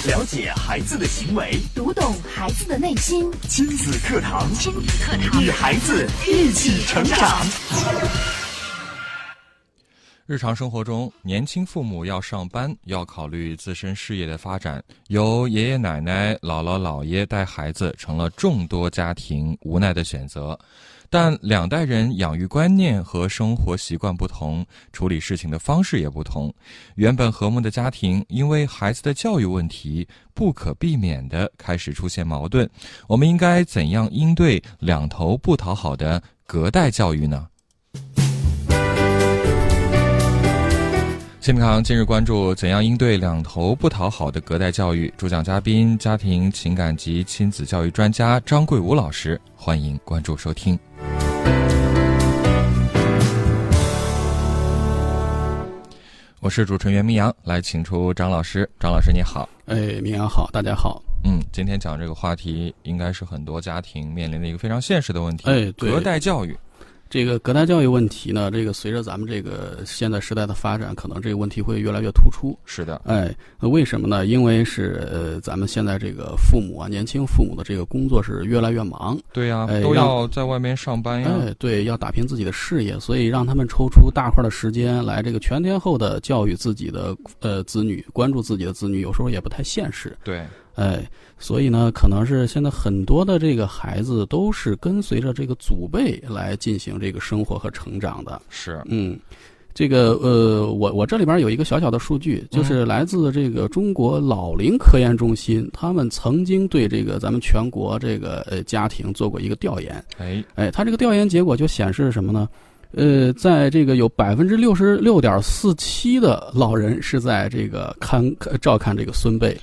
了解孩子的行为， 读懂孩子的内心。 亲子课堂，与孩子一起成长。 日常生活中，年轻父母要上班，要考虑自身事业的发展，由爷爷奶奶、姥姥姥爷带孩子成了众多家庭无奈的选择。但两代人养育观念和生活习惯不同，处理事情的方式也不同。原本和睦的家庭，因为孩子的教育问题，不可避免地开始出现矛盾。我们应该怎样应对两头不讨好的隔代教育呢？新康今日关注怎样应对两头不讨好的隔代教育，主讲嘉宾家庭情感及亲子教育专家张桂武老师，欢迎关注收听。我是主持人袁明阳，来请出张老师。张老师你好。 明阳好，大家好。 今天讲这个话题应该是很多家庭面临的一个非常现实的问题。 对， 隔代教育。 这个隔代教育问题呢，这个随着咱们这个现在时代的发展，可能这个问题会越来越突出。 是的。 为什么呢？因为是咱们现在这个父母啊，年轻父母的这个工作是越来越忙。 对呀，都要在外面上班呀。 对，要打拼自己的事业，所以让他们抽出大块的时间来这个全天候的教育自己的子女，关注自己的子女，有时候也不太现实。 对。 所以呢，可能是现在很多的这个孩子都是跟随着这个祖辈来进行这个生活和成长的。 是。 这个我这里边有一个小小的数据，就是来自这个中国老龄科研中心，他们曾经对这个咱们全国这个家庭做过一个调研。他这个调研结果就显示什么呢？在这个有66.47%的老人是在这个照看这个孙辈。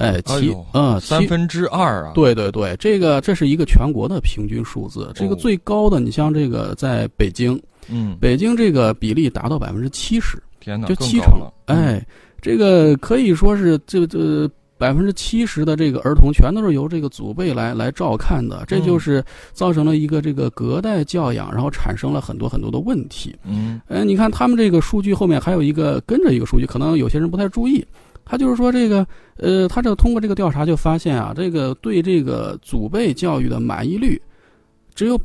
2/3啊！ 对，这是一个全国的平均数字。这个最高的，你像这个在北京，北京这个比例达到70%， 天哪， 就7成了。这个可以说是这70%的这个儿童全都是由这个祖辈来照看的，这就是造成了一个这个隔代教养，然后产生了很多很多的问题。你看他们这个数据后面还有一个跟着一个数据，可能有些人不太注意。他就是说这个，他这个通过这个调查就发现啊，这个对这个祖辈教育的满意率只有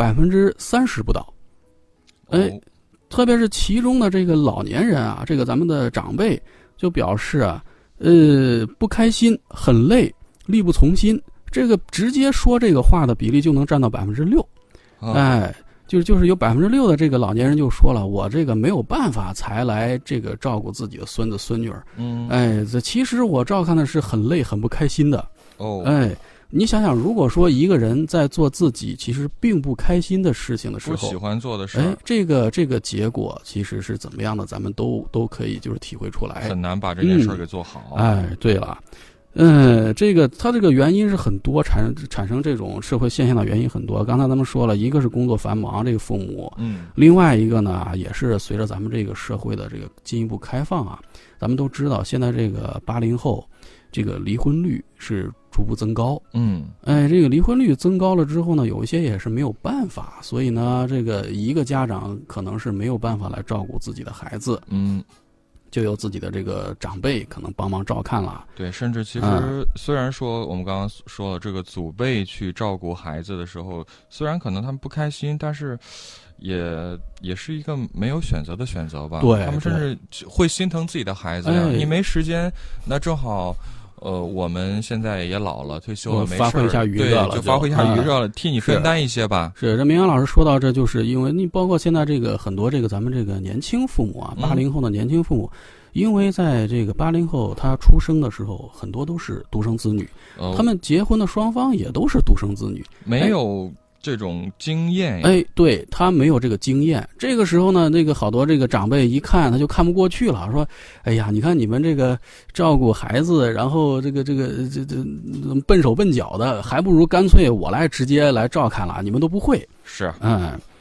30%不到。特别是其中的这个老年人啊，这个咱们的长辈就表示啊，不开心、很累、力不从心，这个直接说这个话的比例就能占到6%。就是有6%的这个老年人就说了，我这个没有办法才来这个照顾自己的孙子孙女儿。其实我照看的是很累很不开心的。你想想，如果说一个人在做自己其实并不开心的事情的时候， 不喜欢做的事， 这个结果其实是怎么样的，咱们都可以就是体会出来， 很难把这件事给做好。 对了。它这个原因是很多，产生这种社会现象的原因很多。刚才咱们说了，一个是工作繁忙，这个父母，另外一个呢，也是随着咱们这个社会的这个进一步开放啊，咱们都知道现在这个80后，这个离婚率是逐步增高。这个离婚率增高了之后呢，有一些也是没有办法，所以呢，这个一个家长可能是没有办法来照顾自己的孩子。就由自己的这个长辈可能帮忙照看了。 对，甚至其实虽然说我们刚刚说了，这个祖辈去照顾孩子的时候，虽然可能他们不开心，但是也是一个没有选择的选择吧。 对， 他们甚至会心疼自己的孩子呀。你没时间，那正好。我们现在也老了，退休了，没事， 发挥一下余热了， 就发挥一下余热了，替你分担一些吧。 是这明阳老师说到这，就是因为你包括现在这个很多这个咱们这个年轻父母啊，80后的年轻父母，因为在这个80后他出生的时候，很多都是独生子女，他们结婚的双方也都是独生子女， 没有这种经验。 对，他没有这个经验。这个时候呢，那个好多这个长辈一看他就看不过去了，说：“哎呀，你看你们这个照顾孩子，然后这笨手笨脚的，还不如干脆我来直接来照看了，你们都不会。” 是，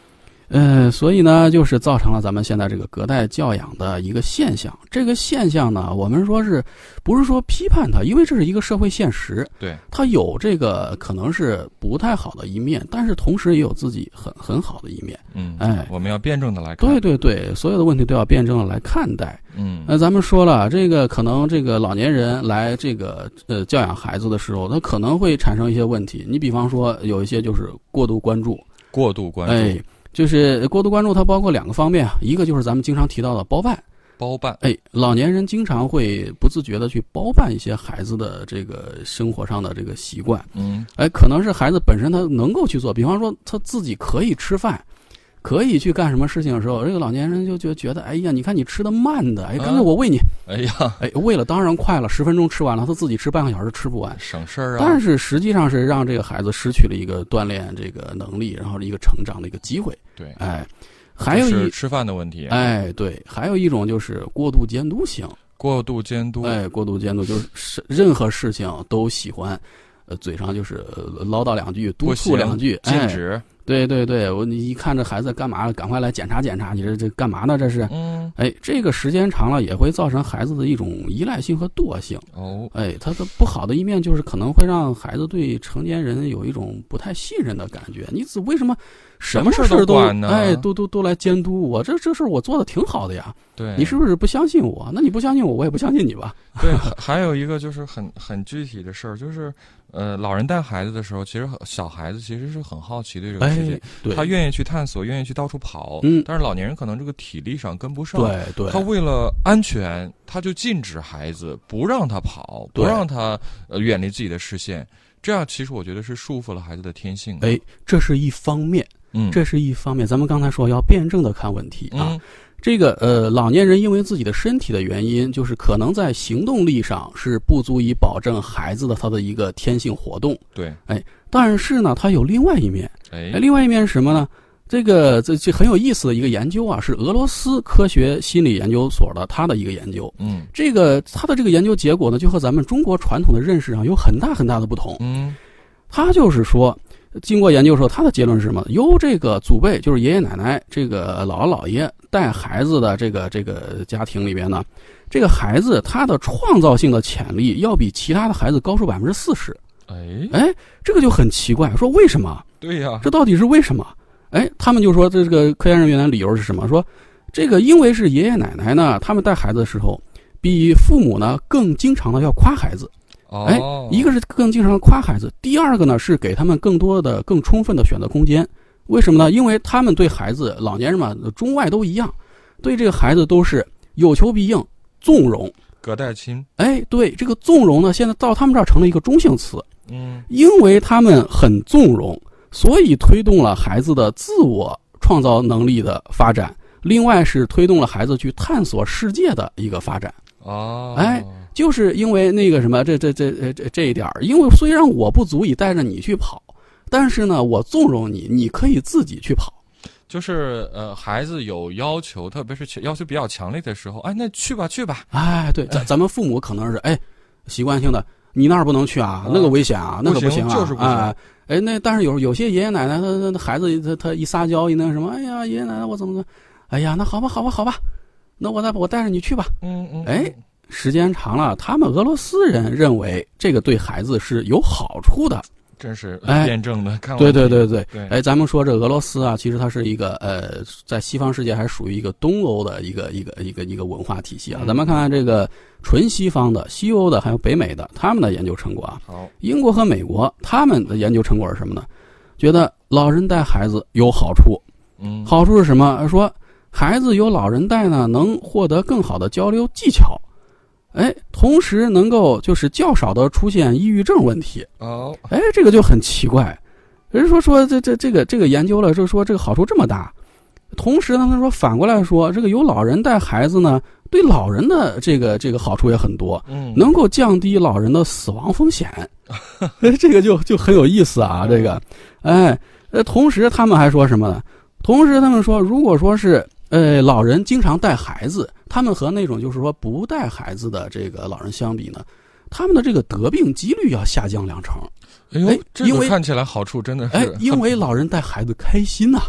所以呢，就是造成了咱们现在这个隔代教养的一个现象。这个现象呢，我们说是不是说批判它？因为这是一个社会现实， 对， 它有这个可能是不太好的一面，但是同时也有自己很好的一面。 我们要辩证的来看。 对对对，所有的问题都要辩证的来看待。咱们说了，这个可能这个老年人来这个教养孩子的时候，他可能会产生一些问题。你比方说，有一些就是过度关注。就是过度关注，它包括2个方面啊，一个就是咱们经常提到的包办，老年人经常会不自觉的去包办一些孩子的这个生活上的这个习惯，可能是孩子本身他能够去做，比方说他自己可以吃饭，可以去干什么事情的时候，这个老年人就觉得，哎呀，你看你吃的慢的，干脆我喂你，喂了当然快了，10分钟吃完了，他自己吃半个小时吃不完， 省事儿啊。 但是实际上是让这个孩子失去了一个锻炼这个能力，然后一个成长的一个机会。 对， 还有是吃饭的问题。 对，还有一种就是过度监督型。过度监督就是任何事情都喜欢，嘴上就是唠叨2句，督促2句， 禁止。 对，你一看这孩子干嘛，赶快来检查检查，你这干嘛呢？这是，这个时间长了也会造成孩子的一种依赖性和惰性。它的不好的一面就是可能会让孩子对成年人有一种不太信任的感觉。你为什么什么事都管呢？ 都来监督我？这事我做的挺好的呀。 对， 你是不是不相信我？那你不相信我，我也不相信你吧。 对，还有一个就是很具体的事儿，就是老人带孩子的时候，其实小孩子其实是很好奇对这个世界，他愿意去探索，愿意去到处跑。但是老年人可能这个体力上跟不上。 对， 他为了安全，他就禁止孩子，不让他跑，不让他远离自己的视线。这样其实我觉得是束缚了孩子的天性。 这是一方面。这是一方面。咱们刚才说要辩证的看问题啊。这个老年人因为自己的身体的原因，就是可能在行动力上是不足以保证孩子的他的一个天性活动。 对， 但是呢，他有另外一面。另外一面是什么呢？这很有意思的一个研究啊，是俄罗斯科学心理研究所的他的一个研究。他的这个研究结果呢，就和咱们中国传统的认识上有很大很大的不同。他就是说，经过研究时候，他的结论是什么？由这个祖辈，就是爷爷奶奶、这个姥姥姥爷带孩子的这个家庭里边呢，这个孩子他的创造性的潜力要比其他的孩子高出40%。这个就很奇怪，说为什么？ 对呀， 这到底是为什么？他们就说这个科研人员的理由是什么？说这个因为是爷爷奶奶呢，他们带孩子的时候，比父母呢更经常的要夸孩子。一个是更经常的夸孩子，第二个呢是给他们更多的、更充分的选择空间。为什么呢？因为他们对孩子，老年人嘛，中外都一样，对这个孩子都是有求必应、纵容、 隔代亲。 对，这个纵容呢，现在到他们这儿成了一个中性词。因为他们很纵容，所以推动了孩子的自我创造能力的发展，另外是推动了孩子去探索世界的一个发展。就是因为那个什么，这一点，因为虽然我不足以带着你去跑，但是呢，我纵容你，你可以自己去跑。 就是孩子有要求，特别是要求比较强烈的时候，那去吧。 对，咱们父母可能是习惯性的，你那儿不能去啊，那个危险啊，那个不行啊， 就是不行。 但是有些爷爷奶奶，他孩子他一撒娇一那什么，爷爷奶奶我怎么，那好吧，那我带着你去吧。时间长了，他们俄罗斯人认为这个对孩子是有好处的。 真是辩证的看问题。 对。咱们说这俄罗斯啊，其实它是一个在西方世界还属于一个东欧的一个文化体系啊。咱们看看这个纯西方的、西欧的还有北美的他们的研究成果啊。 好， 英国和美国他们的研究成果是什么呢？觉得老人带孩子有好处。好处是什么？说孩子有老人带呢，能获得更好的交流技巧。同时能够就是较少的出现抑郁症问题。这个就很奇怪。人说这个研究了，就说这个好处这么大。同时呢，他说反过来说，这个有老人带孩子呢，对老人的这个好处也很多，能够降低老人的死亡风险。这个就很有意思啊。这个，同时他们还说什么呢？同时他们说，如果说是老人经常带孩子，他们和那种就是说不带孩子的这个老人相比呢，他们的这个得病几率要下降2成。 这个看起来好处真的是。 因为老人带孩子开心呐。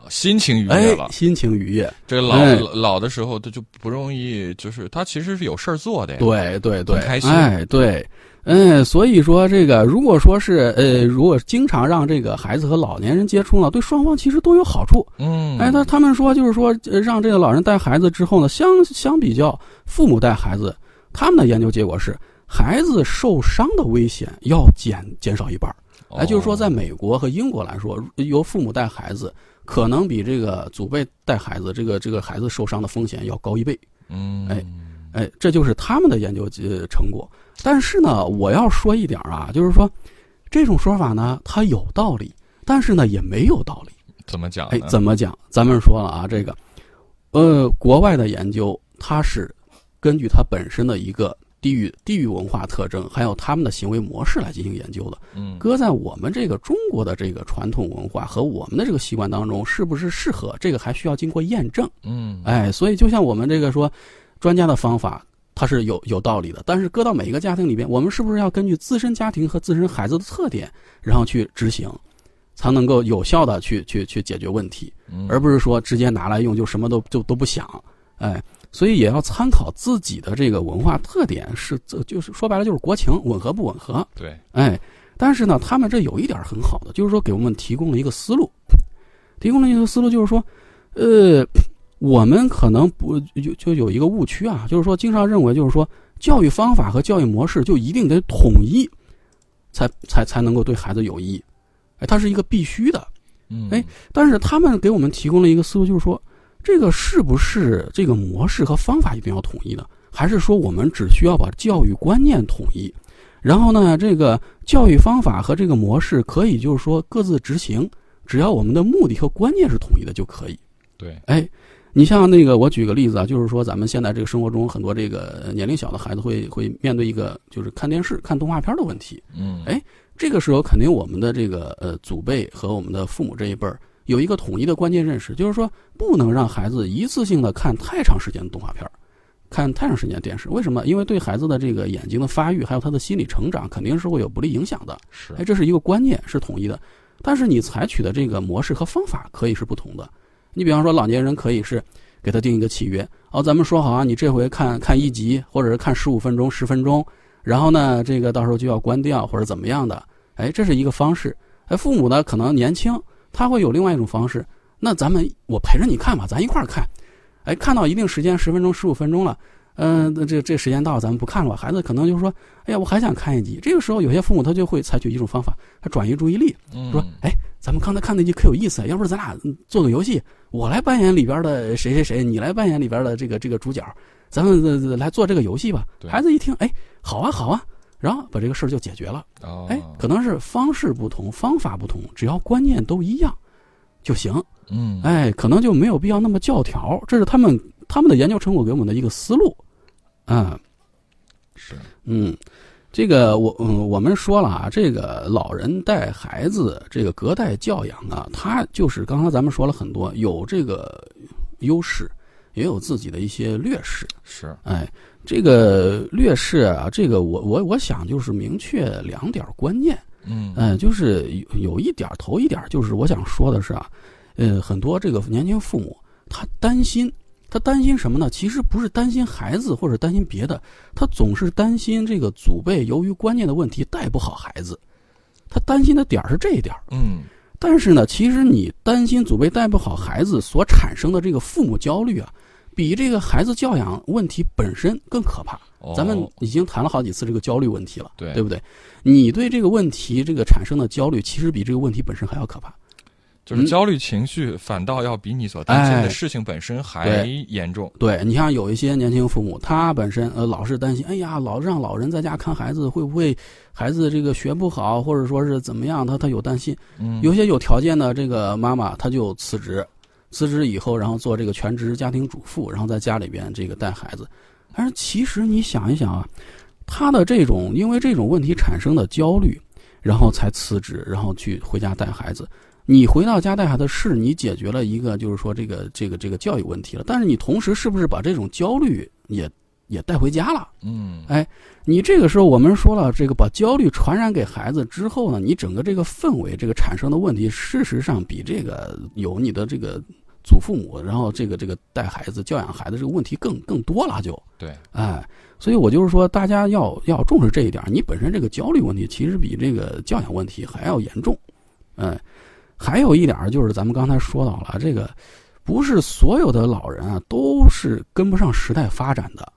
心情愉悦了， 心情愉悦。 这个老的时候，他就不容易，就是他其实是有事儿做的呀。 对对对， 很开心。 对。所以说这个，如果说是如果经常让这个孩子和老年人接触呢，对双方其实都有好处。他们说就是说，让这个老人带孩子之后呢，相比较父母带孩子，他们的研究结果是，孩子受伤的危险要减少一半。就是说，在美国和英国来说，由父母带孩子，可能比这个祖辈带孩子，这个孩子受伤的风险要高1倍。这就是他们的研究成果。但是呢，我要说一点啊，就是说，这种说法呢，它有道理，但是呢，也没有道理。 怎么讲呢？ 怎么讲？咱们说了啊，这个，国外的研究，它是根据它本身的一个地域文化特征，还有他们的行为模式来进行研究的。搁在我们这个中国的这个传统文化和我们的这个习惯当中，是不是适合？这个还需要经过验证。所以就像我们这个说，专家的方法，它是有道理的，但是搁到每一个家庭里边，我们是不是要根据自身家庭和自身孩子的特点，然后去执行，才能够有效的去解决问题，而不是说直接拿来用就什么都不想。所以也要参考自己的这个文化特点，就是说白了就是国情吻合不吻合。 对， 但是呢，他们这有一点很好的，就是说给我们提供了一个思路，就是说，我们可能不就有一个误区啊，就是说经常认为就是说教育方法和教育模式就一定得统一，才能够对孩子有益，它是一个必须的。但是他们给我们提供了一个思路，就是说这个是不是这个模式和方法一定要统一的，还是说我们只需要把教育观念统一，然后呢，这个教育方法和这个模式可以就是说各自执行，只要我们的目的和观念是统一的就可以。 对， 你像那个，我举个例子啊，就是说咱们现在这个生活中很多这个年龄小的孩子会面对一个就是看电视看动画片的问题。这个时候肯定我们的这个祖辈和我们的父母这一辈儿有一个统一的关键认识，就是说不能让孩子一次性的看太长时间的动画片，看太长时间的电视。为什么？因为对孩子的这个眼睛的发育还有他的心理成长肯定是会有不利影响的。这是一个观念是统一的，但是你采取的这个模式和方法可以是不同的。你比方说老年人可以是给他定一个契约，咱们说好啊，你这回看1集或者是看15分钟10分钟，然后呢这个到时候就要关掉或者怎么样的。这是一个方式。父母呢可能年轻，他会有另外一种方式，那我陪着你看吧，咱一块儿看。看到一定时间10分钟15分钟了，这时间到了咱们不看了吧，孩子可能就说，我还想看1集。这个时候有些父母他就会采取一种方法，他转移注意力，说咱们刚才看那集可有意思，要不咱俩做个游戏，我来扮演里边的谁谁谁，你来扮演里边的这个主角，咱们来做这个游戏吧。孩子一听，好啊，然后把这个事儿就解决了。可能是方式不同，方法不同，只要观念都一样就行。可能就没有必要那么教条。这是他们的研究成果给我们的一个思路。这个我们说了啊，这个老人带孩子这个隔代教养啊，他就是刚才咱们说了很多，有这个优势，也有自己的一些劣势。这个劣势啊，这个我想就是明确2点观念。就是有一点，头一点就是我想说的是啊，很多这个年轻父母他担心什么呢？其实不是担心孩子或者担心别的，他总是担心这个祖辈由于观念的问题带不好孩子，他担心的点是这一点。但是呢，其实你担心祖辈带不好孩子所产生的这个父母焦虑啊，比这个孩子教养问题本身更可怕。咱们已经谈了好几次这个焦虑问题了，对不对？你对这个问题这个产生的焦虑，其实比这个问题本身还要可怕。 就是焦虑情绪反倒要比你所担心的事情本身还严重。 对，你像有一些年轻父母，他本身老是担心，老让老人在家看孩子，会不会孩子这个学不好，或者说是怎么样，他有担心。有些有条件的这个妈妈，她就辞职以后，然后做这个全职家庭主妇，然后在家里边这个带孩子。但是其实你想一想啊，他的因为这种问题产生的焦虑，然后才辞职，然后去回家带孩子。你回到家带孩子是你解决了一个就是说这个教育问题了，但是你同时是不是把这种焦虑也也带回家了。你这个时候我们说了，这个把焦虑传染给孩子之后呢，你整个这个氛围这个产生的问题，事实上比这个有你的这个祖父母，然后这个带孩子教养孩子这个问题更多了就。 对， 所以我就是说大家要重视这一点，你本身这个焦虑问题其实比这个教养问题还要严重。还有一点就是咱们刚才说到了，这个不是所有的老人啊都是跟不上时代发展的。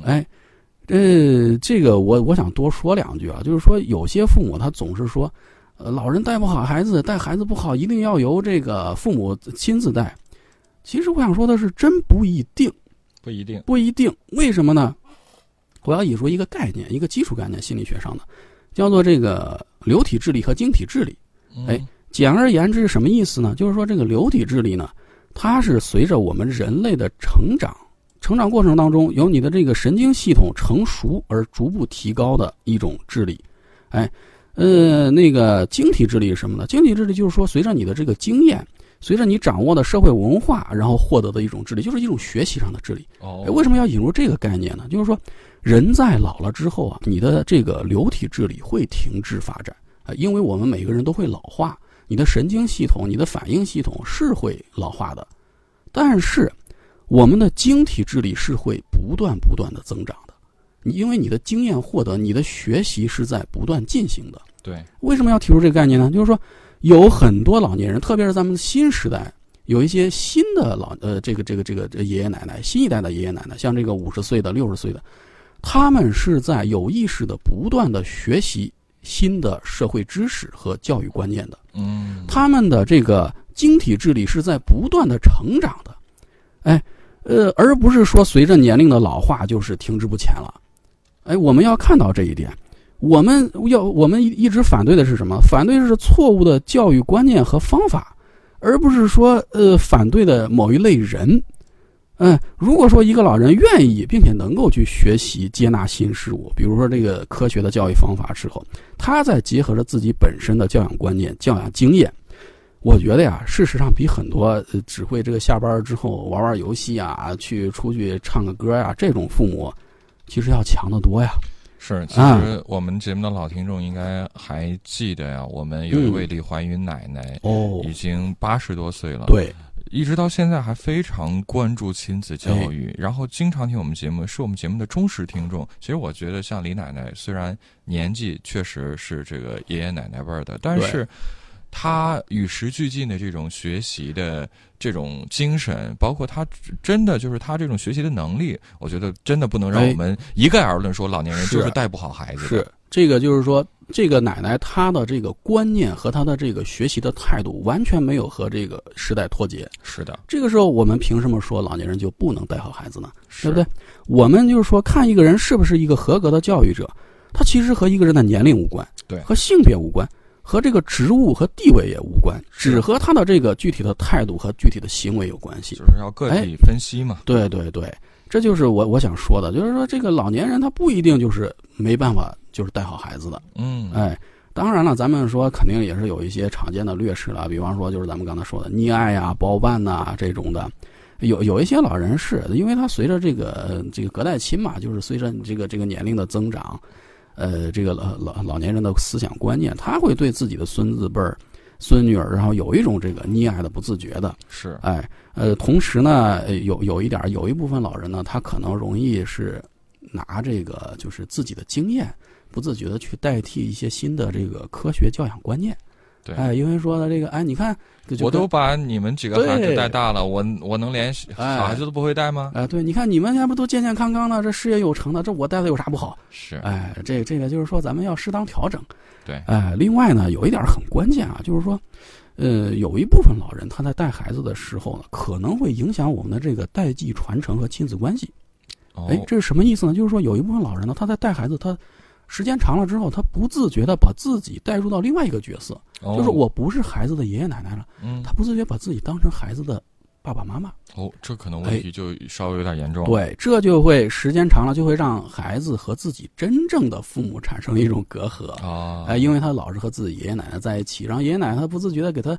这个我想多说两句啊，就是说有些父母他总是说，老人带不好孩子，带孩子不好，一定要由这个父母亲自带。其实我想说的是，真不一定。为什么呢？我要引出一个概念，一个基础概念，心理学上的，叫做这个流体智力和晶体智力。简而言之是什么意思呢？就是说这个流体智力呢，它是随着我们人类的成长过程当中，由你的这个神经系统成熟而逐步提高的一种智力。那个晶体智力是什么呢？晶体智力就是说随着你的这个经验，随着你掌握的社会文化，然后获得的一种智力，就是一种学习上的智力。为什么要引入这个概念呢？就是说人在老了之后啊，你的这个流体智力会停滞发展因为我们每个人都会老化，你的神经系统、你的反应系统是会老化的，但是我们的晶体智力是会不断的增长的。因为你的经验获得，你的学习是在不断进行的。 对， 为什么要提出这个概念呢？就是说有很多老年人，特别是咱们新时代，有一些新的这个爷爷奶奶，新一代的爷爷奶奶，像这个50岁的、60岁的，他们是在有意识的不断的学习新的社会知识和教育观念的。他们的这个晶体智力是在不断的成长的。而不是说随着年龄的老化就是停滞不前了。我们要看到这一点。我们一直反对的是什么？反对的是错误的教育观念和方法，而不是说反对的某一类人。如果说一个老人愿意并且能够去学习接纳新事物，比如说这个科学的教育方法之后，他再结合着自己本身的教养观念、教养经验，我觉得呀，事实上比很多只会这个下班之后玩游戏啊，出去唱个歌呀，这种父母其实要强得多呀。 是，其实我们节目的老听众应该还记得呀，我们有一位李怀云奶奶，已经80多岁了， 对， 一直到现在还非常关注亲子教育，然后经常听我们节目，是我们节目的忠实听众。其实我觉得像李奶奶，虽然年纪确实是这个爷爷奶奶辈的，但是他与时俱进的这种学习的这种精神，包括他真的就是他这种学习的能力，我觉得真的不能让我们一概而论说老年人就是带不好孩子的。 是这个，就是说这个奶奶她的这个观念和她的这个学习的态度完全没有和这个时代脱节。 是的， 这个时候我们凭什么说老年人就不能带好孩子呢？对不对？我们就是说看一个人是不是一个合格的教育者，他其实和一个人的年龄无关， 对， 和性别无关，和这个职务和地位也无关，只和他的这个具体的态度和具体的行为有关系， 就是要个体分析嘛。 对对对，这就是我想说的，就是说这个老年人他不一定就是没办法就是带好孩子的。当然了，咱们说肯定也是有一些常见的劣势了，比方说就是咱们刚才说的溺爱啊、包办呐这种的。有一些老人是因为他随着这个隔代亲嘛，就是随着这个年龄的增长。这个老年人的思想观念，他会对自己的孙子辈儿、孙女儿，然后有一种这个溺爱的不自觉的。 是， 同时呢，有一部分老人呢，他可能容易是拿这个就是自己的经验，不自觉的去代替一些新的这个科学教养观念。 对， 因为说的这个，你看， 我都把你们几个孩子带大了，我能连小孩子都不会带吗？ 对，你看你们家不都健健康康的，这事业有成的，这我带的有啥不好？ 是， 这个就是说咱们要适当调整。 对， 另外呢，有一点很关键啊，就是说，有一部分老人他在带孩子的时候呢，可能会影响我们的这个代际传承和亲子关系。这是什么意思呢？就是说有一部分老人呢，他在带孩子，他时间长了之后，他不自觉的把自己带入到另外一个角色，就是我不是孩子的爷爷奶奶了，他不自觉把自己当成孩子的爸爸妈妈。 这可能问题就稍微有点严重。 对，这就会时间长了就会让孩子和自己真正的父母产生一种隔阂因为他老是和自己爷爷奶奶在一起，然后爷爷奶奶他不自觉的给他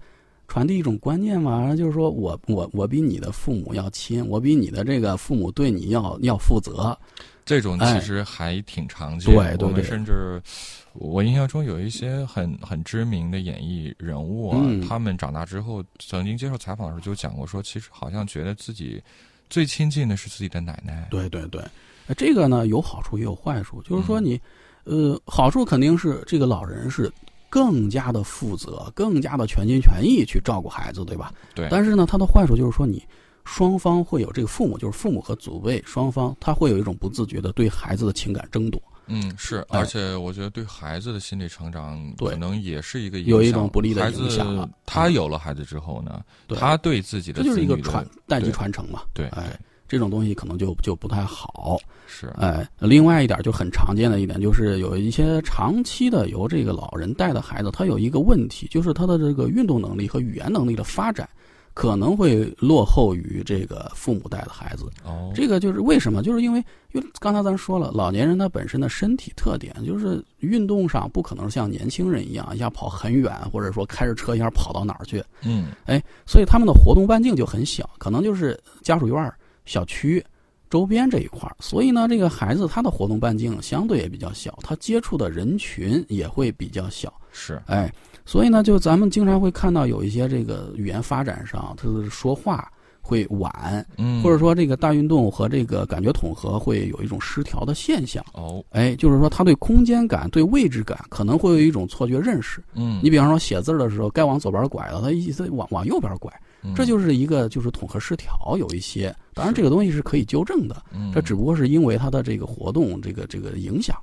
传递一种观念嘛，就是说我比你的父母要亲，我比你的这个父母对你要负责。 这种其实还挺常见。 对， 我们甚至我印象中有一些很知名的演艺人物啊，他们长大之后曾经接受采访的时候就讲过说，其实好像觉得自己最亲近的是自己的奶奶。 对对对，这个呢有好处也有坏处，就是说你好处肯定是这个老人是更加的负责，更加的全心全意去照顾孩子，对吧？ 对。 但是呢，它的坏处就是说你双方会有这个父母，就是父母和祖辈双方，他会有一种不自觉的对孩子的情感争夺。 是，而且我觉得对孩子的心理成长可能也是一个影响， 有一种不利的影响了。 他有了孩子之后呢，他对自己的这就是一个代际传承嘛。 对， 这种东西可能就不太好。 是， 另外一点就很常见的一点，就是有一些长期的由这个老人带的孩子，他有一个问题，就是他的这个运动能力和语言能力的发展可能会落后于这个父母带的孩子。这个就是为什么？就是因为刚才咱说了，老年人他本身的身体特点就是运动上不可能像年轻人一样一下跑很远，或者说开着车一下跑到哪儿去。所以他们的活动半径就很小，可能就是家属院、小区周边这一块。所以呢，这个孩子他的活动半径相对也比较小，他接触的人群也会比较小。 是， 所以呢，就咱们经常会看到有一些这个语言发展上，他的说话会晚，或者说这个大运动和这个感觉统合会有一种失调的现象。就是说他对空间感、对位置感可能会有一种错觉认识。你比方说写字的时候，该往左边拐了，他一直往右边拐，这就是一个就是统合失调有一些。当然这个东西是可以纠正的，这只不过是因为他的这个活动这个影响。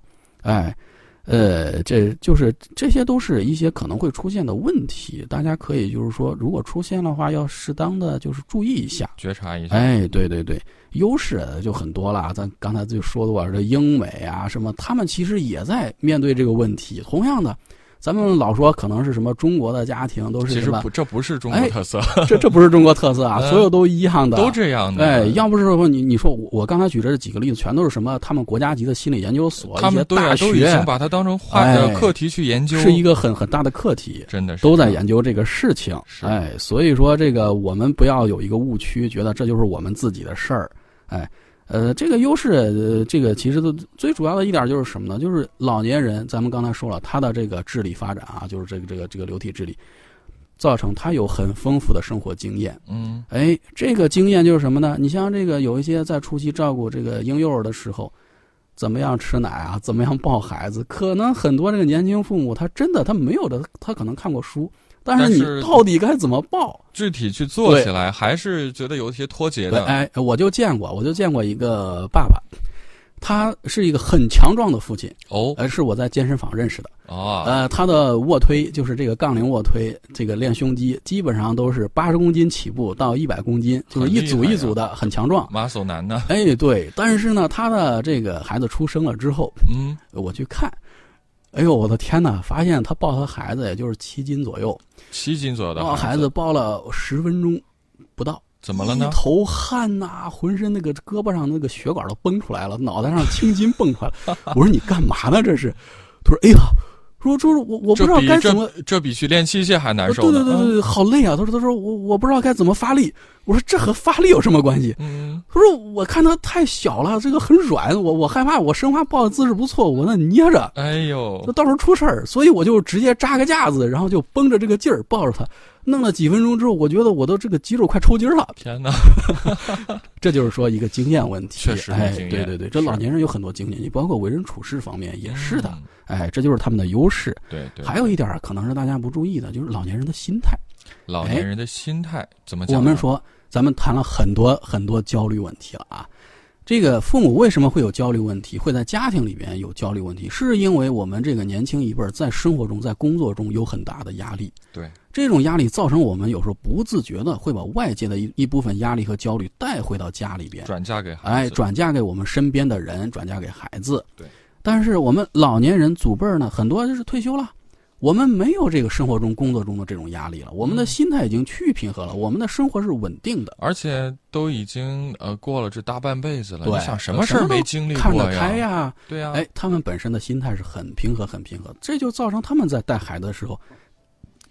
这些都是一些可能会出现的问题，大家可以就是说，如果出现的话，要适当的就是注意一下， 觉察一下。 对对对，优势就很多了。咱刚才就说过，这英美啊什么，他们其实也在面对这个问题。同样的，咱们老说可能是什么中国的家庭都是什么， 其实这不是中国特色， 这不是中国特色啊，所有都一样的， 都这样的。 要不是说你说我刚才举这几个例子，全都是什么？他们国家级的心理研究所， 他们一些大学都已经把它当成课题去研究， 是一个很大的课题， 真的是都在研究这个事情。所以说这个我们不要有一个误区，觉得这就是我们自己的事儿。这个优势，这个其实最主要的一点就是什么呢？就是老年人，咱们刚才说了，他的这个智力发展啊，就是这个流体智力，造成他有很丰富的生活经验。这个经验就是什么呢？你像这个有一些在初期照顾这个婴幼儿的时候，怎么样吃奶啊，怎么样抱孩子，可能很多这个年轻父母他没有的，他可能看过书。但是你到底该怎么抱？ 具体去做起来，还是觉得有一些脱节的。 我就见过一个爸爸，他是一个很强壮的父亲。是我在健身房认识的。他的卧推就是这个杠铃卧推，这个练胸肌，基本上都是80公斤起步到100公斤，就是一组一组的，很强壮。 马手男呢？ 对。但是呢，他的这个孩子出生了之后，我去看。我的天哪！发现他抱他孩子也就是7斤左右 ，7斤左右的抱孩子抱了10分钟不到， 怎么了呢？ 一头汗呐，浑身那个胳膊上那个血管都崩出来了，脑袋上青筋蹦出来了。我说你干嘛呢？这是？他说：“哎呀。”说我不知道该怎么， 这比去练器械还难受。 对，好累啊！他说我不知道该怎么发力。我说这和发力有什么关系？他说我看他太小了，这个很软，我害怕，我生怕抱的姿势不错，我那捏着，这到时候出事儿，所以我就直接扎个架子，然后就绷着这个劲儿抱着他，弄了几分钟之后，我觉得我的这个肌肉快抽筋了。 天哪！ 这就是说一个经验问题。 确实经验。 对，这老年人有很多经验，你包括为人处事方面也是的。这就是他们的优势。 对。 还有一点可能是大家不注意的，就是老年人的心态。 老年人的心态怎么讲？ 我们说，咱们谈了很多焦虑问题了啊。这个父母为什么会有焦虑问题，会在家庭里边有焦虑问题，是因为我们这个年轻一辈在生活中、在工作中有很大的压力。 对， 这种压力造成我们有时候不自觉的会把外界的一部分压力和焦虑带回到家里边， 转嫁给孩子， 转嫁给我们身边的人，转嫁给孩子。 对。 但是我们老年人祖辈呢，很多就是退休了，我们没有这个生活中、工作中的这种压力了，我们的心态已经趋于平和了，我们的生活是稳定的， 而且都已经过了这大半辈子了。你想什么事儿没经历过呀？ 看得开呀， 对呀。 他们本身的心态是很平和，这就造成他们在带孩子的时候，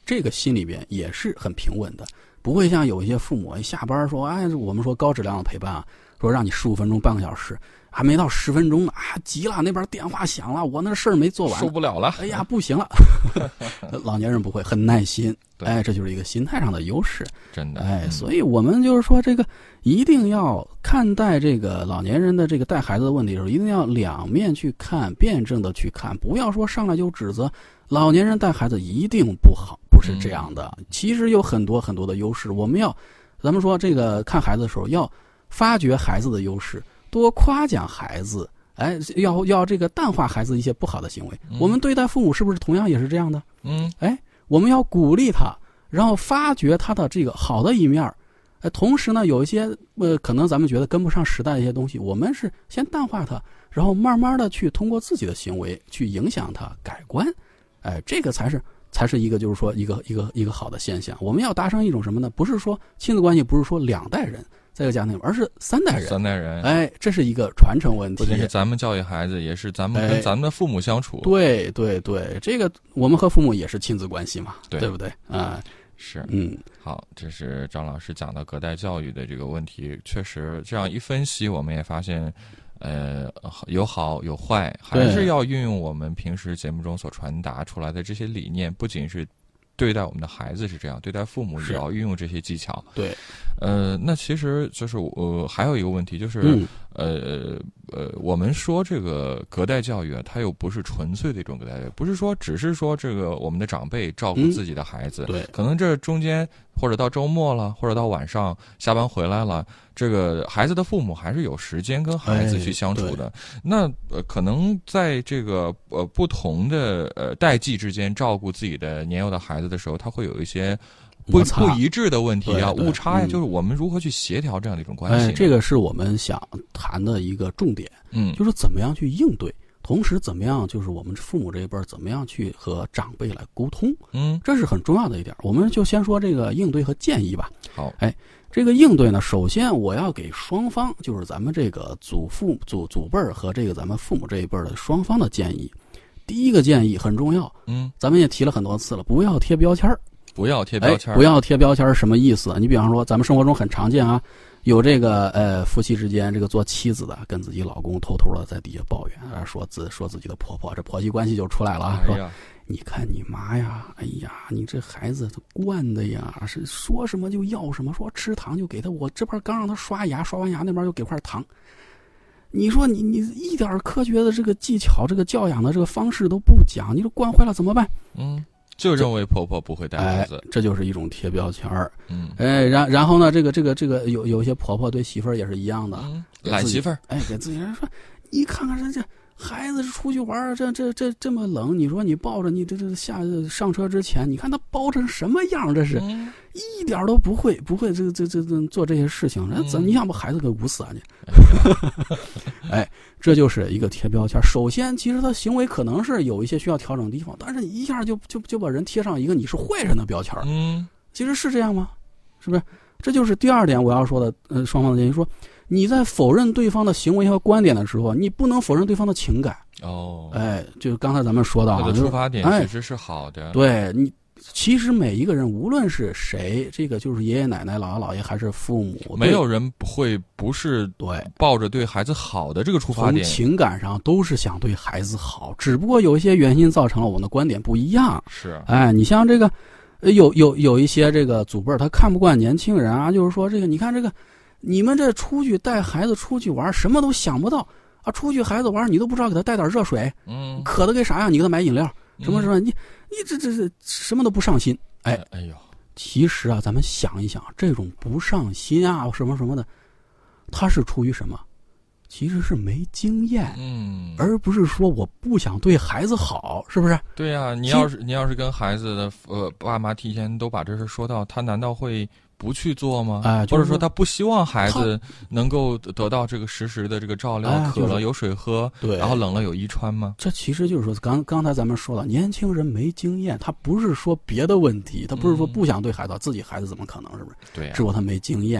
这个心里边也是很平稳的，不会像有一些父母下班说，哎，我们说高质量的陪伴啊，说让你15分钟半个小时，还没到10分钟呢，啊，急了，那边电话响了，我那事儿没做完， 受不了了， 哎呀，不行了。老年人不会，很耐心，哎，这就是一个心态上的优势， 真的， 哎，所以我们就是说，这个一定要看待这个老年人的这个带孩子的问题的时候，一定要两面去看，辩证的去看，不要说上来就指责老年人带孩子一定不好，不是这样的。其实有很多很多的优势，我们要，咱们说这个看孩子的时候要发掘孩子的优势，多夸奖孩子，哎，要这个淡化孩子一些不好的行为。我们对待父母是不是同样也是这样的？哎，我们要鼓励他，然后发掘他的这个好的一面，同时呢，有一些可能咱们觉得跟不上时代的一些东西，我们是先淡化它，然后慢慢的去通过自己的行为去影响它，改观。哎，这个才是一个就是说一个好的现象。我们要达成一种什么呢？不是说亲子关系不是说2代人在一个家庭，而是3代人。3代人，哎，这是一个传承问题。 不仅是咱们教育孩子，也是咱们跟咱们的父母相处。 对对对，这个我们和父母也是亲子关系嘛，对不对啊？ 是，好，这是张老师讲的隔代教育的这个问题，确实这样一分析，我们也发现。有好有坏，还是要运用我们平时节目中所传达出来的这些理念，不仅是对待我们的孩子是这样，对待父母也要运用这些技巧。 对， 那其实就是还有一个问题就是，我们说这个隔代教育啊，它又不是纯粹的一种隔代教育，不是说只是说这个我们的长辈照顾自己的孩子， 对， 可能这中间或者到周末了，或者到晚上下班回来了，这个孩子的父母还是有时间跟孩子去相处的。那可能在这个不同的代际之间照顾自己的年幼的孩子的时候，他会有一些不一致的问题啊，误差呀，就是我们如何去协调这样的一种关系。 这个是我们想谈的一个重点，就是怎么样去应对。同时怎么样就是我们父母这一辈怎么样去和长辈来沟通，这是很重要的一点。我们就先说这个应对和建议吧。 好， 哎，这个应对呢，首先我要给双方，就是咱们这个祖辈和这个咱们父母这一辈的双方的建议。第一个建议很重要，咱们也提了很多次了，不要贴标签。 不要贴标签， 不要贴标签是什么意思？你比方说，咱们生活中很常见啊，有这个夫妻之间，这个做妻子的跟自己老公偷偷的在底下抱怨啊，说自己的婆婆，这婆媳关系就出来了啊，说你看你妈呀，哎呀，你这孩子惯的呀，是说什么就要什么，说吃糖就给他，我这边刚让他刷牙，刷完牙那边又给块糖。你说你一点科学的这个技巧，这个教养的这个方式都不讲，你说惯坏了怎么办？ 就认为婆婆不会带孩子， 这就是一种贴标签儿。然后呢，这个有一些婆婆对媳妇儿也是一样的， 懒媳妇儿， 给自己人说，你看看这孩子出去玩，这么冷，你说你抱着你这上车之前，你看他包成什么样，这是一点都不会这做这些事情，你想把孩子给捂死啊你？哎，这就是一个贴标签。首先，其实他行为可能是有一些需要调整的地方，但是你一下就把人贴上一个你是坏人的标签。其实是这样吗？是不是？这就是第二点我要说的。双方的建议说，你在否认对方的行为和观点的时候，你不能否认对方的情感。就刚才咱们说到， 他的出发点其实是好的。 对你。其实每一个人，无论是谁，这个就是爷爷奶奶、姥姥姥爷还是父母， 没有人不是抱着对孩子好的这个出发点， 从情感上都是想对孩子好，只不过有一些原因造成了我们的观点不一样。 是， 你像这个有一些这个祖辈他看不惯年轻人啊，就是说这个你看这个你们这出去带孩子出去玩，什么都想不到啊，出去孩子玩你都不知道给他带点热水，渴的跟啥样，你给他买饮料。什么你这什么都不上心，哎呦，其实啊，咱们想一想，这种不上心啊，什么什么的，他是出于什么？其实是没经验，而不是说我不想对孩子好，是不是？ 对呀，你要是跟孩子的爸妈提前都把这事说到，他难道会不去做吗？或者说他不希望孩子能够得到这个实时的这个照料，渴了有水喝， 对， 然后冷了有衣穿吗？ 这其实就是说，刚才咱们说了，年轻人没经验，他不是说别的问题，他不是说不想对孩子，自己孩子怎么可能，是不是？ 对， 只不过他没经验。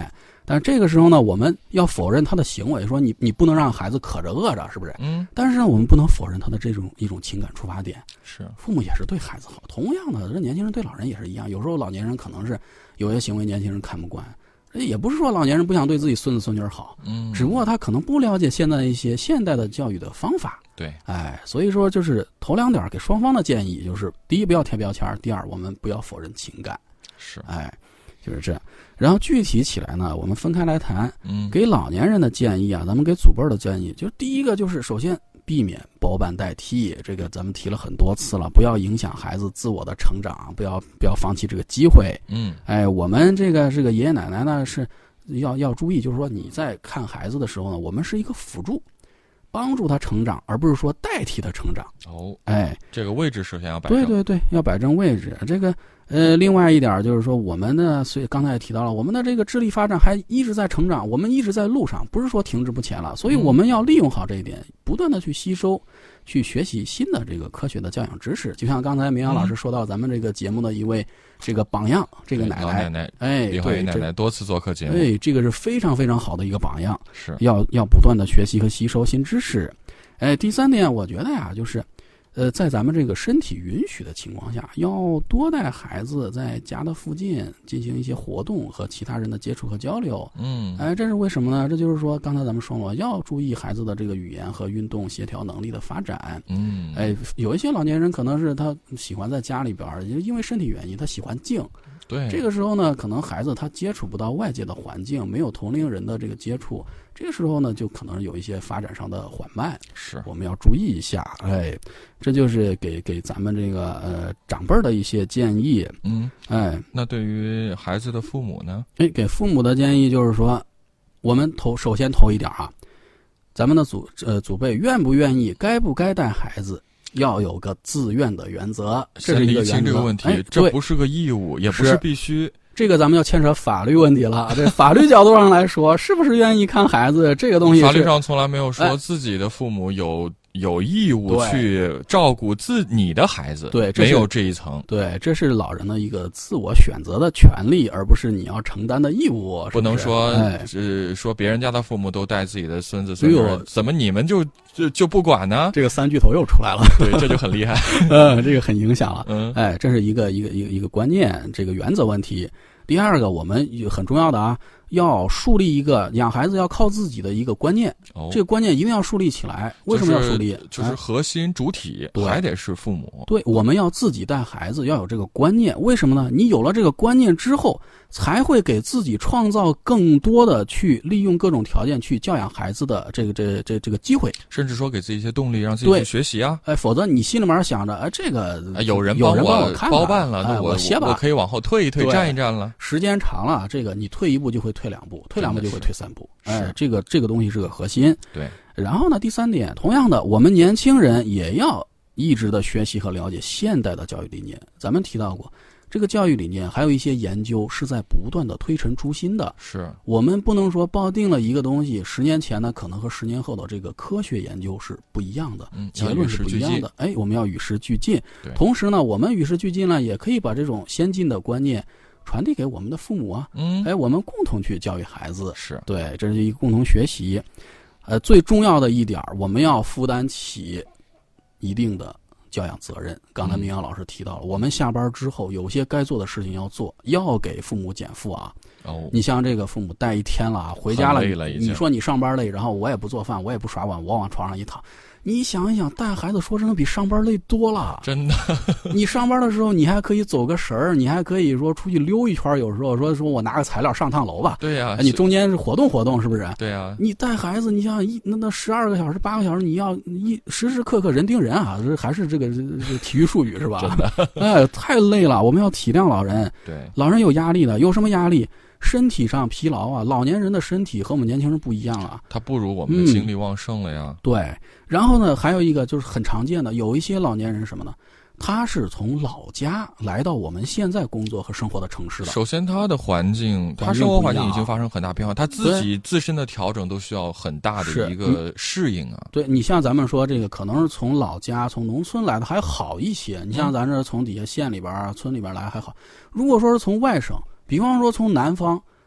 但是这个时候呢，我们要否认他的行为，说你不能让孩子渴着饿着，是不是？但是呢，我们不能否认他的这种一种情感出发点。 是， 父母也是对孩子好。同样的，这年轻人对老人也是一样。有时候老年人可能是有些行为年轻人看不惯，也不是说老年人不想对自己孙子孙女好，只不过他可能不了解现在一些现代的教育的方法。 对， 所以说就是头两点给双方的建议，就是第一不要贴标签，第二我们不要否认情感。 是， 就是这样。然后具体起来呢，我们分开来谈。给老年人的建议啊，咱们给祖辈的建议，就是第一个就是首先避免包办代替，这个咱们提了很多次了，不要影响孩子自我的成长，不要放弃这个机会。我们这个爷爷奶奶呢是要注意，就是说你在看孩子的时候呢，我们是一个辅助，帮助他成长，而不是说代替他成长。 这个位置首先要摆正。 对，要摆正位置。这个另外一点就是说，我们呢，所以刚才也提到了，我们的这个智力发展还一直在成长，我们一直在路上，不是说停滞不前了。所以我们要利用好这一点，不断的去吸收、去学习新的这个科学的教养知识。就像刚才明阳老师说到咱们这个节目的一位这个榜样，这个老奶奶，李焕英奶奶多次做客节目， 这个是非常非常好的一个榜样， 是要不断的学习和吸收新知识。第三点，我觉得呀，就是在咱们这个身体允许的情况下，要多带孩子在家的附近进行一些活动和其他人的接触和交流。这是为什么呢？这就是说，刚才咱们说了，要注意孩子的这个语言和运动协调能力的发展。有一些老年人可能是他喜欢在家里边，因为身体原因，他喜欢静。 对， 这个时候呢，可能孩子他接触不到外界的环境，没有同龄人的这个接触，这个时候呢，就可能有一些发展上的缓慢， 是我们要注意一下。这就是给咱们这个长辈的一些建议。 那对于孩子的父母呢？ 给父母的建议就是说，我们首先头一点啊，咱们的祖辈愿不愿意，该不该带孩子，要有个自愿的原则，这是一个原则。 这个问题，这不是个义务，也不是必须。 这个咱们要牵扯法律问题了。这法律角度上来说，是不是愿意看孩子，这个东西法律上从来没有说自己的父母有义务去照顾你的孩子， 对， 没有这一层。 对，这是老人的一个自我选择的权利，而不是你要承担的义务。 不能说说别人家的父母都带自己的孙子孙女，怎么你们就不管呢？ 这个三巨头又出来了， 对，这就很厉害。 这个很影响了。这是一个观念，这个原则问题。第二个，我们很重要的啊，要树立一个养孩子要靠自己的一个观念。这个观念一定要树立起来。为什么要树立？ 就是核心主体还得是父母。 对，我们要自己带孩子，要有这个观念。为什么呢？你有了这个观念之后，才会给自己创造更多的去利用各种条件去教养孩子的这个机会， 甚至说给自己一些动力，让自己去学习啊。 否则你心里面想着，这个有人帮我包办了，那我歇吧， 我可以往后退一退，站一站了。 时间长了，这个你退一步就会退两步，退两步就会退三步。这个东西是个核心。 对。 然后呢，第三点，同样的，我们年轻人也要一直的学习和了解现代的教育理念。咱们提到过，这个教育理念还有一些研究是在不断的推陈出新的。 是我们不能说抱定了一个东西，10年前呢，可能和10年后的这个科学研究是不一样的，结论是不一样的。我们要与时俱进。同时呢，我们与时俱进呢，也可以把这种先进的观念传递给我们的父母啊。我们共同去教育孩子。 是对，这是一个共同学习。最重要的一点，我们要负担起一定的教养责任。刚才明阳老师提到了，我们下班之后有些该做的事情要做，要给父母减负啊。你像这个父母带一天了，回家了，你说你上班累，然后我也不做饭，我也不刷碗，我往床上一躺。你想一想，带孩子说真的比上班累多了， 真的。 你上班的时候，你还可以走个神儿，你还可以说出去溜一圈，有时候说我拿个材料上趟楼吧。 对呀， 你中间是活动，是不是？ 对呀。 你带孩子，你想那12个小时、8个小时，你要时时刻刻人盯人啊，还是这个体育术语是吧？ 真的。 太累了，我们要体谅老人。 对， 老人有压力的，有什么压力？身体上疲劳啊，老年人的身体和我们年轻人不一样了， 他不如我们的精力旺盛了呀。 对，然后呢，还有一个就是很常见的，有一些老年人什么呢？他是从老家来到我们现在工作和生活的城市的。 首先，他的环境，他生活环境已经发生很大变化，他自己自身的调整都需要很大的一个适应啊。 对，你像咱们说这个，可能是从老家、从农村来的还好一些。你像咱这从底下县里边、村里边来还好。如果说是从外省，比方说从南方，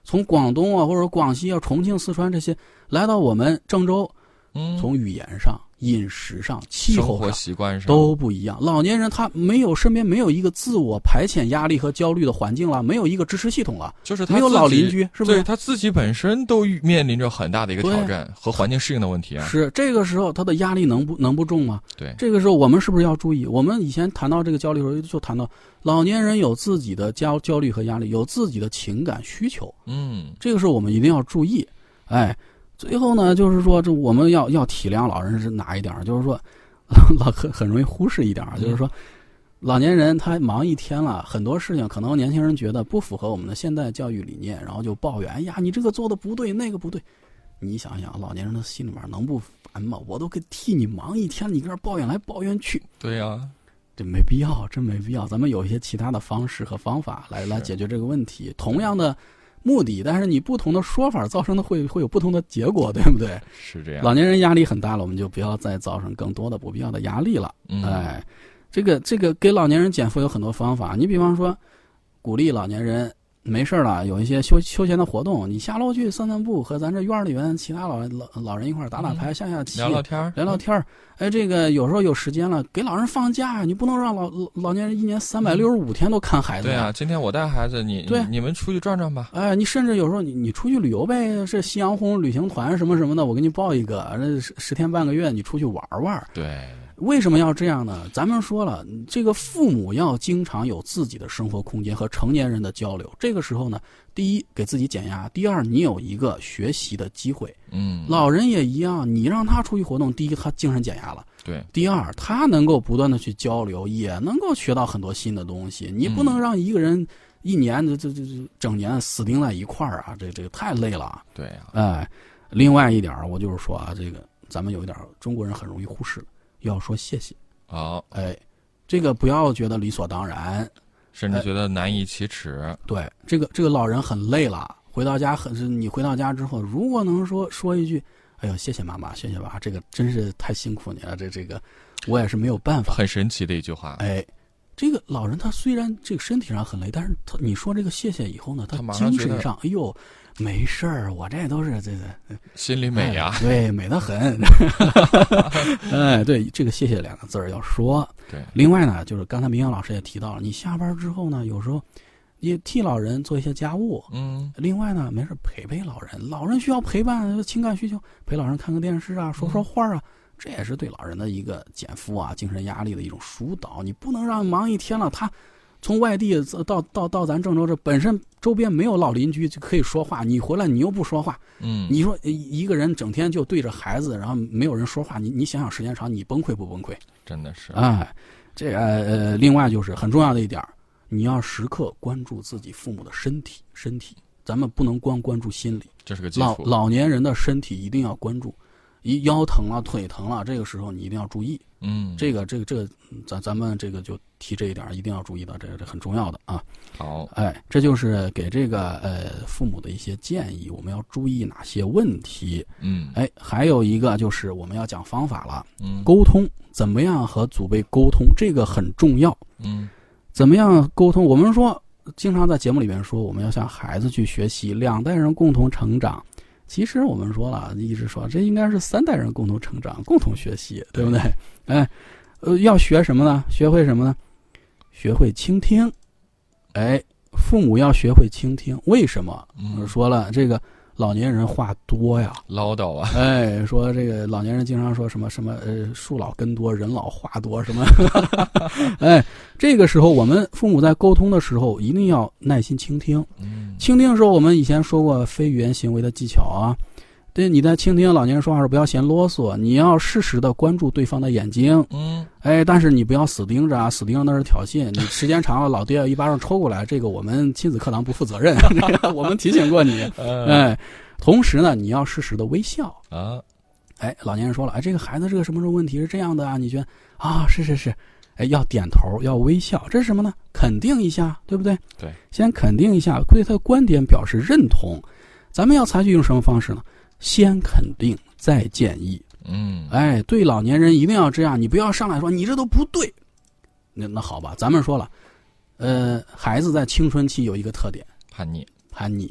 从广东啊或者广西啊、重庆、四川这些来到我们郑州，从语言上、饮食上、气候上、 生活习惯上都不一样。老年人他身边没有一个自我排遣压力和焦虑的环境了，没有一个支持系统了， 就是他没有老邻居，是不是？ 对，他自己本身都面临着很大的一个挑战和环境适应的问题啊。 是这个时候他的压力能不重吗？ 对， 这个时候我们是不是要注意？我们以前谈到这个焦虑的时候，就谈到老年人有自己的焦虑和压力，有自己的情感需求。这个时候我们一定要注意。最后呢，就是说这我们要体谅老人是哪一点？就是说很容易忽视一点，就是说老年人他忙一天了，很多事情可能年轻人觉得不符合我们的现代教育理念，然后就抱怨，哎呀，你这个做的不对，那个不对。你想想，老年人的心里面能不烦吗？我都替你忙一天，你搁这抱怨来抱怨去。 对呀， 这没必要，真没必要。咱们有一些其他的方式和方法来解决这个问题，同样的目的，但是你不同的说法造成的会有不同的结果，对不对？ 是这样。 老年人压力很大了，我们就不要再造成更多的不必要的压力了。这个给老年人减负有很多方法。你比方说，鼓励老年人没事了，有一些休闲的活动，你下楼去散散步，和咱这院里面其他老人一块打牌、下棋、 聊聊天。 这个有时候有时间了，给老人放假，你不能让老年人一年365天都看孩子。 对啊，今天我带孩子，你们出去转转吧。 你甚至有时候你出去旅游呗，是夕阳红旅行团什么什么的，我给你报一个，这10天半个月你出去玩玩。 对。 为什么要这样呢？咱们说了，这个父母要经常有自己的生活空间和成年人的交流。这个时候呢，第一给自己减压，第二你有一个学习的机会。老人也一样，你让他出去活动，第一他精神减压了， 对；第二他能够不断的去交流，也能够学到很多新的东西。你不能让一个人一年这整年死盯在一块儿啊，这个太累了。 对啊。 另外一点我就是说啊，这个咱们有一点中国人很容易忽视。要说谢谢。这个不要觉得理所当然， 甚至觉得难以启齿。 对，这个老人很累了，你回到家之后，如果能说一句，哎呦，谢谢妈妈，谢谢爸，这个真是太辛苦你了，这个我也是没有办法。 很神奇的一句话。 这个老人他虽然这个身体上很累，但是你说这个谢谢以后呢，他精神上，哎呦，没事儿，我这都是这个心里美呀。 对，美得很。对，这个谢谢2个字要说。 对。 另外呢，就是刚才明阳老师也提到了，你下班之后呢，有时候你替老人做一些家务。另外呢，没事陪老人，老人需要陪伴，情感需求，陪老人看个电视啊，说话啊。这也是对老人的一个减负啊，精神压力的一种疏导。你不能让忙一天了，他从外地到咱郑州这本身周边没有老邻居就可以说话，你回来你又不说话，你说一个人整天就对着孩子，然后没有人说话，你想想时间长，你崩溃不崩溃？ 真的是。 这个另外就是很重要的一点，你要时刻关注自己父母的身体，咱们不能光关注心理， 这是个基础。 老年人的身体一定要关注。腰疼了，腿疼了，这个时候你一定要注意。这个，咱们这个就提这一点，一定要注意的，这很重要的啊。 好， 这就是给这个父母的一些建议，我们要注意哪些问题。还有一个就是我们要讲方法了。沟通，怎么样和祖辈沟通，这个很重要。怎么样沟通？我们说，经常在节目里面说，我们要向孩子去学习，2代人共同成长。其实我们说了，一直说这应该是3代人共同成长、共同学习，对不对？要学什么呢？学会什么呢？学会倾听。父母要学会倾听。为什么？说了，这个老年人话多呀， 唠叨啊。 说这个老年人经常说什么树老根多，人老话多什么。这个时候我们父母在沟通的时候一定要耐心倾听。倾听的时候，我们以前说过非语言行为的技巧啊。对，你在倾听老年人说话时候不要嫌啰嗦，你要适时的关注对方的眼睛。但是你不要死盯着啊，死盯着那是挑衅。你时间长了，老爹一巴掌抽过来，这个我们亲子课堂不负责任。我们提醒过你。同时呢，你要适时的微笑啊。老年人说了，这个孩子这个什么问题是这样的啊？你觉得啊？是。要点头，要微笑，这是什么呢？肯定一下，对不对？ 对， 先肯定一下，对他的观点表示认同。咱们要采取一种什么方式呢？先肯定，再建议。对老年人一定要这样，你不要上来说你这都不对。那好吧，咱们说了，孩子在青春期有一个特点， 叛逆。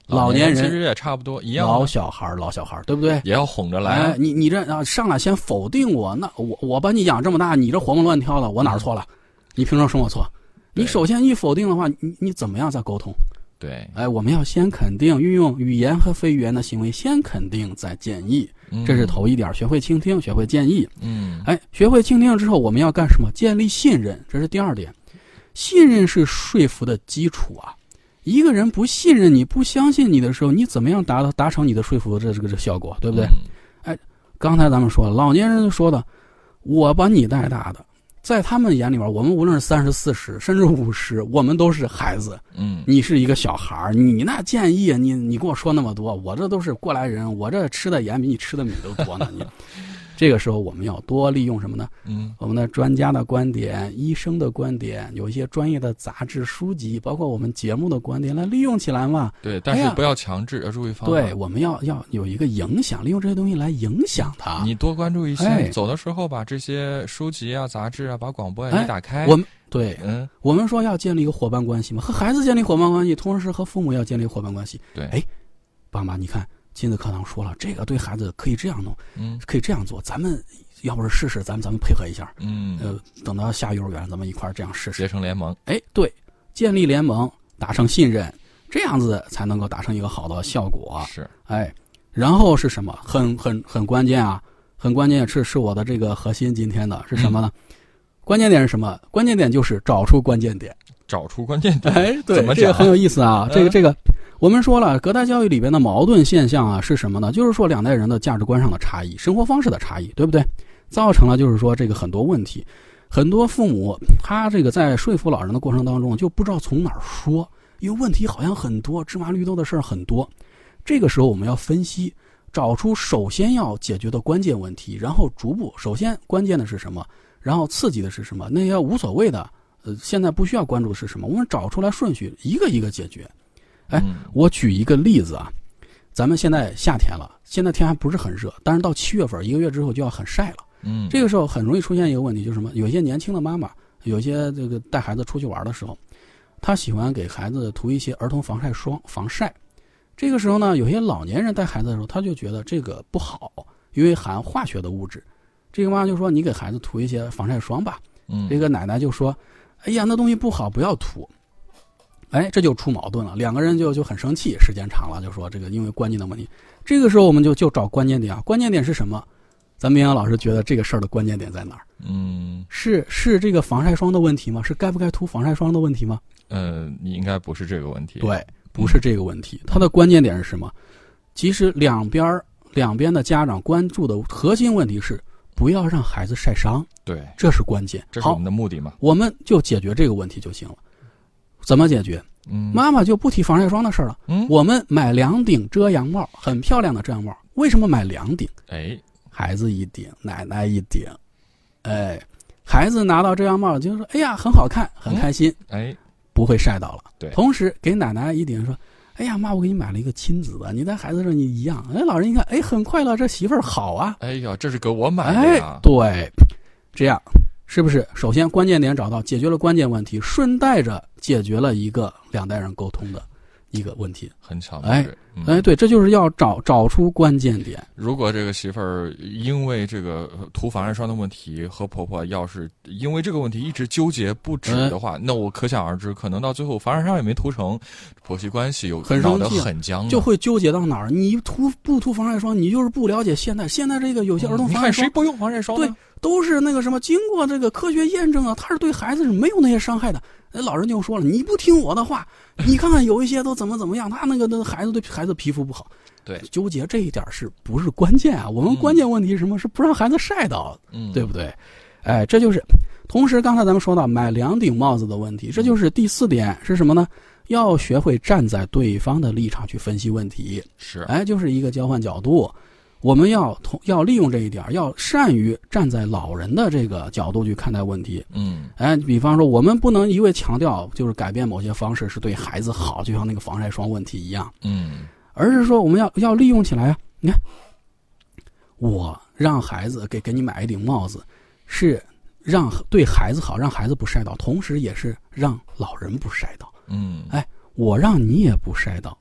老年人其实也差不多一样， 老小孩，对不对？ 也要哄着来。 你这上来先否定我，那我把你养这么大，你这活蹦乱跳的，我哪儿错了？你凭什么说我错？你首先一否定的话，你怎么样再沟通？ 对， 我们要先肯定，运用语言和非语言的行为，先肯定再建议，这是头一点，学会倾听，学会建议。学会倾听之后，我们要干什么？建立信任，这是第二点。信任是说服的基础啊。一个人不信任你，不相信你的时候，你怎么样达成你的说服的这个效果，对不对？刚才咱们说了，老年人说的，我把你带大的。在他们眼里边，我们无论是30、40，甚至50，我们都是孩子。你是一个小孩，你那建议，你跟我说那么多，我这都是过来人，我这吃的盐比你吃的米都多呢。你这个时候我们要多利用什么呢？我们的专家的观点、医生的观点，有一些专业的杂志、书籍，包括我们节目的观点来利用起来嘛。 对，但是不要强制，要注意方法。 对，我们要有一个影响，利用这些东西来影响它。 你多关注一些，走的时候把这些书籍啊、杂志啊，把广播一打开。 我们说要建立一个伙伴关系嘛，和孩子建立伙伴关系，同时和父母要建立伙伴关系。 对， 爸妈，你看。亲子课堂说了，这个对孩子可以这样弄，可以这样做，咱们要不是试试，咱们配合一下，等到下幼儿园，咱们一块儿这样试试， 结成联盟。 对，建立联盟，达成信任，这样子才能够达成一个好的效果。 是， 然后是什么？很关键啊，很关键是我的这个核心，今天的是什么呢？关键点是什么？关键点就是找出关键点。 找出关键点。 对， 怎么讲？ 这个很有意思啊，这个。我们说了，隔代教育里边的矛盾现象啊是什么呢？就是说两代人的价值观上的差异，生活方式的差异，对不对？造成了就是说这个很多问题，很多父母他这个在说服老人的过程当中就不知道从哪儿说，因为问题好像很多，芝麻绿豆的事儿很多。这个时候我们要分析，找出首先要解决的关键问题，然后逐步，首先关键的是什么，然后刺激的是什么，那些无所谓的，现在不需要关注的是什么，我们找出来顺序，一个一个解决。我举一个例子啊，咱们现在夏天了，现在天还不是很热，但是到7月份1个月之后就要很晒了。这个时候很容易出现一个问题，就是什么？有一些年轻的妈妈，有一些这个带孩子出去玩的时候，她喜欢给孩子涂一些儿童防晒霜防晒。这个时候呢，有些老年人带孩子的时候，他就觉得这个不好，因为含化学的物质。这个妈妈就说：“你给孩子涂一些防晒霜吧。”这个奶奶就说：“哎呀，那东西不好，不要涂。”这就出矛盾了，两个人就很生气，时间长了就说这个因为关键的问题。这个时候我们就找关键点啊，关键点是什么？咱明阳老师觉得这个事儿的关键点在哪儿？是这个防晒霜的问题吗？是该不该涂防晒霜的问题吗？ 你应该不是这个问题。 对，不是这个问题。它的关键点是什么？其实两边的家长关注的核心问题是不要让孩子晒伤。对，这是关键。 这是我们的目的嘛？ 我们就解决这个问题就行了。怎么解决？妈妈就不提防晒霜的事了。我们买2顶遮阳帽，很漂亮的遮阳帽。为什么买2顶？孩子1顶，奶奶1顶。孩子拿到遮阳帽就说：“哎呀，很好看，很开心。”不会晒到了。对。同时给奶奶1顶，说：“哎呀，妈，我给你买了一个亲子的，你带孩子时候你一样。”老人一看，很快乐，这媳妇儿好啊。 哎呀，这是给我买的呀。 对，这样。是不是首先关键点找到，解决了关键问题，顺带着解决了一个两代人沟通的一个问题？ 很巧。 对，这就是要找出关键点。 如果这个媳妇儿因为这个涂防晒霜的问题和婆婆要是因为这个问题一直纠结不止的话，那我可想而知，可能到最后防晒霜也没涂成，婆媳关系有闹得很僵， 就会纠结到哪儿？你不涂防晒霜，你就是不了解现在这个有些儿童防晒霜， 你看谁不用防晒霜呢？ 对，都是那个什么经过这个科学验证啊，它是对孩子是没有那些伤害的。老人就说了，你不听我的话，你看看有一些都怎么样，他那个孩子对孩子皮肤不好。 对， 纠结这一点是不是关键啊？我们关键问题是什么？是不让孩子晒到，对不对？这就是。同时，刚才咱们说到买2顶帽子的问题，这就是第4点是什么呢？要学会站在对方的立场去分析问题。 是， 就是一个交换角度。我们要利用这一点，要善于站在老人的这个角度去看待问题。比方说，我们不能一味强调就是改变某些方式是对孩子好，就像那个防晒霜问题一样。而是说我们要利用起来啊！你看，我让孩子给你买1顶帽子，是让对孩子好，让孩子不晒到，同时也是让老人不晒到。我让你也不晒到，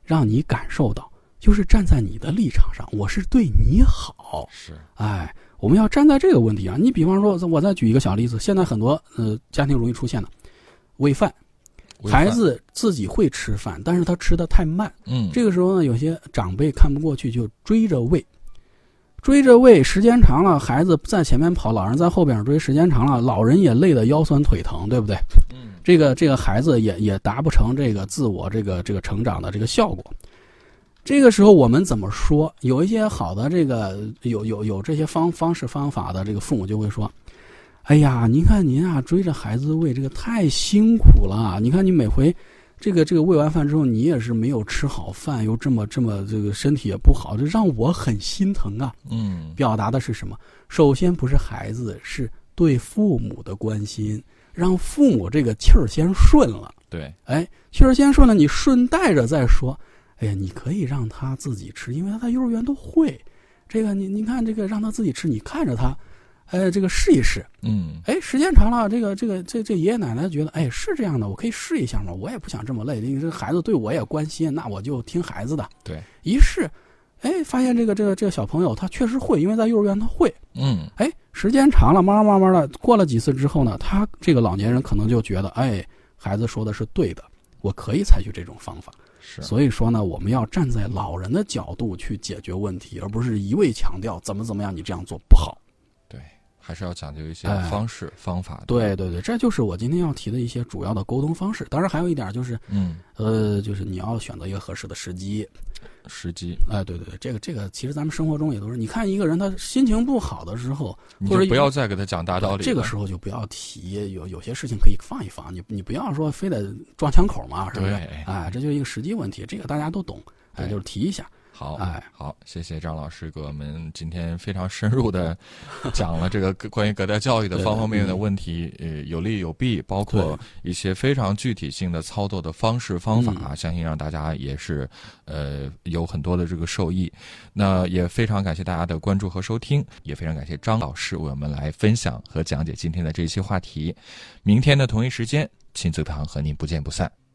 让你感受到，就是站在你的立场上，我是对你好。 是， 哎，我们要站在这个问题上。你比方说，我再举一个小例子，现在很多家庭容易出现的喂饭。孩子自己会吃饭，但是他吃得太慢。这个时候呢，有些长辈看不过去，就追着喂，时间长了，孩子在前面跑，老人在后边追，时间长了，老人也累得腰酸腿疼，对不对？这个孩子也达不成这个自我这个成长的这个效果。这个时候我们怎么说？有一些好的这个有这些方式方法的这个父母就会说，哎呀，您看您啊，追着孩子喂，这个太辛苦了。你看你每回这个喂完饭之后，你也是没有吃好饭，又这么这个身体也不好，这让我很心疼啊。表达的是什么？首先不是孩子，是对父母的关心，让父母这个气儿先顺了。 对， 气儿先顺了，你顺带着再说，哎呀，你可以让他自己吃，因为他在幼儿园都会。这个你看这个让他自己吃，你看着他。这个试一试，时间长了，这爷爷奶奶觉得，是这样的，我可以试一下嘛，我也不想这么累，因为这孩子对我也关心，那我就听孩子的。 对， 一试，发现这个小朋友他确实会，因为在幼儿园他会，时间长了，慢慢的过了几次之后呢，他这个老年人可能就觉得，孩子说的是对的，我可以采取这种方法。所以说呢，我们要站在老人的角度去解决问题，而不是一味强调怎么样，你这样做不好。 还是要讲究一些方式、方法。 对，这就是我今天要提的一些主要的沟通方式。当然还有一点就是，就是你要选择一个合适的时机。对，这个其实咱们生活中也都是。你看一个人他心情不好的时候， 你就不要再给他讲大道理了。 这个时候就不要提，有些事情可以放一放，你不要说非得撞枪口嘛，是不是？这就是一个时机问题，这个大家都懂，就是提一下。 好，谢谢张老师给我们今天非常深入的讲了这个关于隔代教育的方方面面的问题，有利有弊，包括一些非常具体性的操作的方式方法，相信让大家也是有很多的这个受益。那也非常感谢大家的关注和收听，也非常感谢张老师为我们来分享和讲解今天的这一期话题。明天的同一时间，亲子堂和您不见不散。